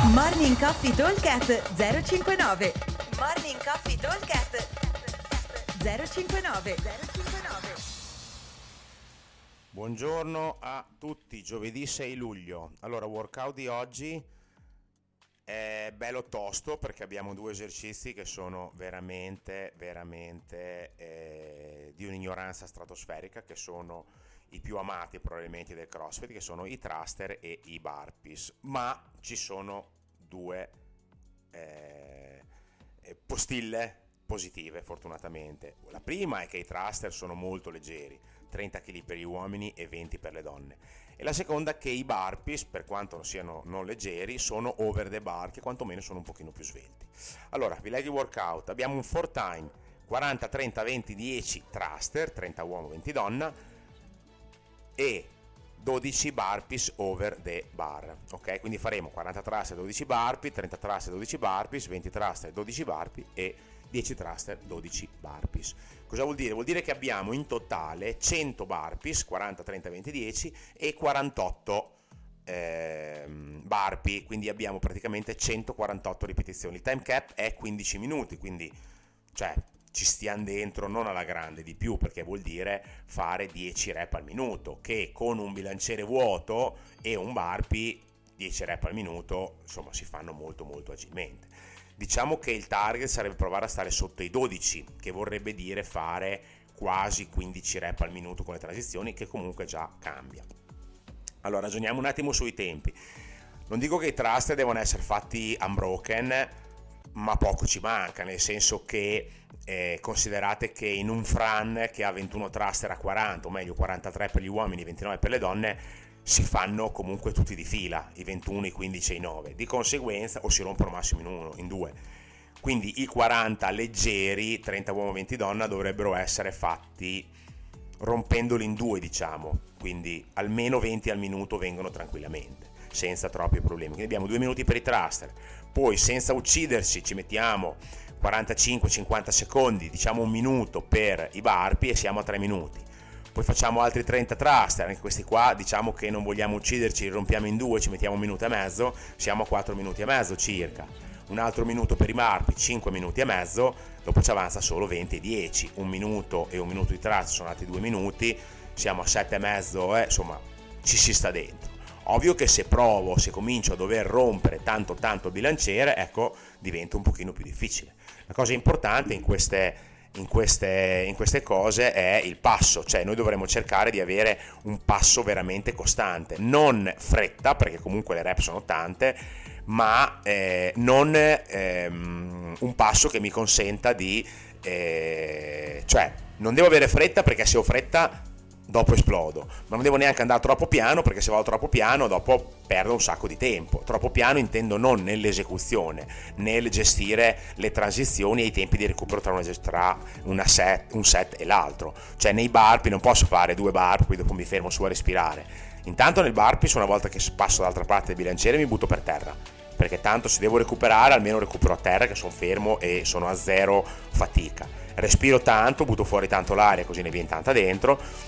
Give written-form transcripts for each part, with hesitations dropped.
Morning Coffee Talkcast 059. Morning Coffee Talkcast 059. Buongiorno a tutti, giovedì 6 luglio. Allora, workout di oggi è bello tosto perché abbiamo due esercizi che sono veramente di un'ignoranza stratosferica, che sono i più amati probabilmente del CrossFit, che sono i thruster e i burpees, ma ci sono due postille positive fortunatamente. La prima è che i thruster sono molto leggeri, 30 kg per gli uomini e 20 per le donne, e la seconda che i burpees, per quanto non siano non leggeri, sono over the bar, che quantomeno sono un pochino più svelti. Allora, vi leggo il workout. Abbiamo un 4 time 40 30 20 10 thruster, 30 uomo 20 donna, e 12 burpees over the bar. Ok, quindi faremo 40 thruster 12 burpees, 30 thruster 12 burpees, 20 thruster 12 burpees e 10 thruster 12 burpees. Cosa vuol dire? Vuol dire che abbiamo in totale 100 burpees, 40 30 20 10, e 48 burpee, quindi abbiamo praticamente 148 ripetizioni. Il time cap è 15 minuti, quindi ci stiamo dentro non alla grande, di più, perché vuol dire fare 10 rep al minuto, che con un bilanciere vuoto e un burpee 10 rep al minuto insomma si fanno molto agilmente. Diciamo che il target sarebbe provare a stare sotto i 12, che vorrebbe dire fare quasi 15 rep al minuto con le transizioni, che comunque già cambia. Allora, ragioniamo un attimo sui tempi. Non dico che i thruster devono essere fatti unbroken, ma poco ci manca, nel senso che considerate che in un Fran che ha 21 thruster a 40, o meglio 43 per gli uomini, 29 per le donne, si fanno comunque tutti di fila, i 21, i 15 e i 9, di conseguenza, o si rompono massimo in due, quindi i 40 leggeri, 30 uomo 20 donna, dovrebbero essere fatti rompendoli in due, diciamo, quindi almeno 20 al minuto vengono tranquillamente, senza troppi problemi. Quindi abbiamo 2 minuti per i thruster, poi senza uccidersi ci mettiamo 45-50 secondi, diciamo un minuto per i burpee, e siamo a 3 minuti. Poi facciamo altri 30 thruster, anche questi qua diciamo che non vogliamo ucciderci, li rompiamo in due, ci mettiamo 1 minuto e mezzo, siamo a 4 minuti e mezzo circa. Un altro minuto per i burpee, 5 minuti e mezzo, dopo ci avanza solo 20 e 10, 1 minuto e 1 minuto di thruster sono altri 2 minuti, siamo a 7 e mezzo, insomma ci si sta dentro. Ovvio che se comincio a dover rompere tanto il bilanciere, ecco, diventa un pochino più difficile. La cosa importante in queste cose è il passo, cioè noi dovremo cercare di avere un passo veramente costante, non fretta, perché comunque le rep sono tante, ma non un passo che mi consenta di cioè non devo avere fretta, perché se ho fretta dopo esplodo, ma non devo neanche andare troppo piano, perché se vado troppo piano dopo perdo un sacco di tempo. Troppo piano intendo non nell'esecuzione, nel gestire le transizioni e i tempi di recupero tra un set e l'altro. Cioè nei burpee non posso fare 2 burpee, poi dopo mi fermo su a respirare. Intanto nel burpee, una volta che passo dall'altra parte del bilanciere, mi butto per terra, perché tanto se devo recuperare almeno recupero a terra, che sono fermo e sono a zero fatica. Respiro tanto, butto fuori tanto l'aria, così ne viene tanta dentro,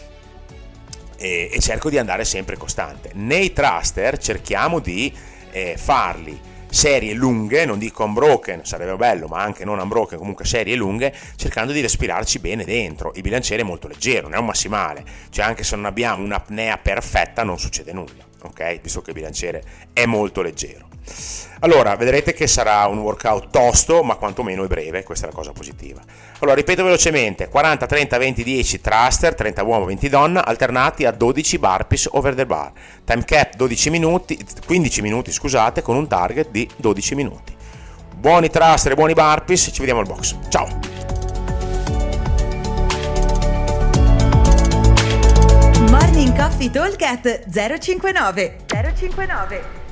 e cerco di andare sempre costante. Nei thruster cerchiamo di farli serie lunghe, non dico unbroken, sarebbe bello, ma anche non unbroken, comunque serie lunghe, cercando di respirarci bene dentro. Il bilanciere è molto leggero, non è un massimale, cioè anche se non abbiamo un'apnea perfetta non succede nulla, ok? Visto che il bilanciere è molto leggero. Allora, vedrete che sarà un workout tosto, ma quantomeno è breve, questa è la cosa positiva. Allora, ripeto velocemente: 40 30 20 10 thruster, 30 uomo 20 donna, alternati a 12 burpees over the bar. Time cap 15 minuti, scusate, con un target di 12 minuti. Buoni thruster e buoni burpees, ci vediamo al box. Ciao! Morning Coffee Talkcast 059.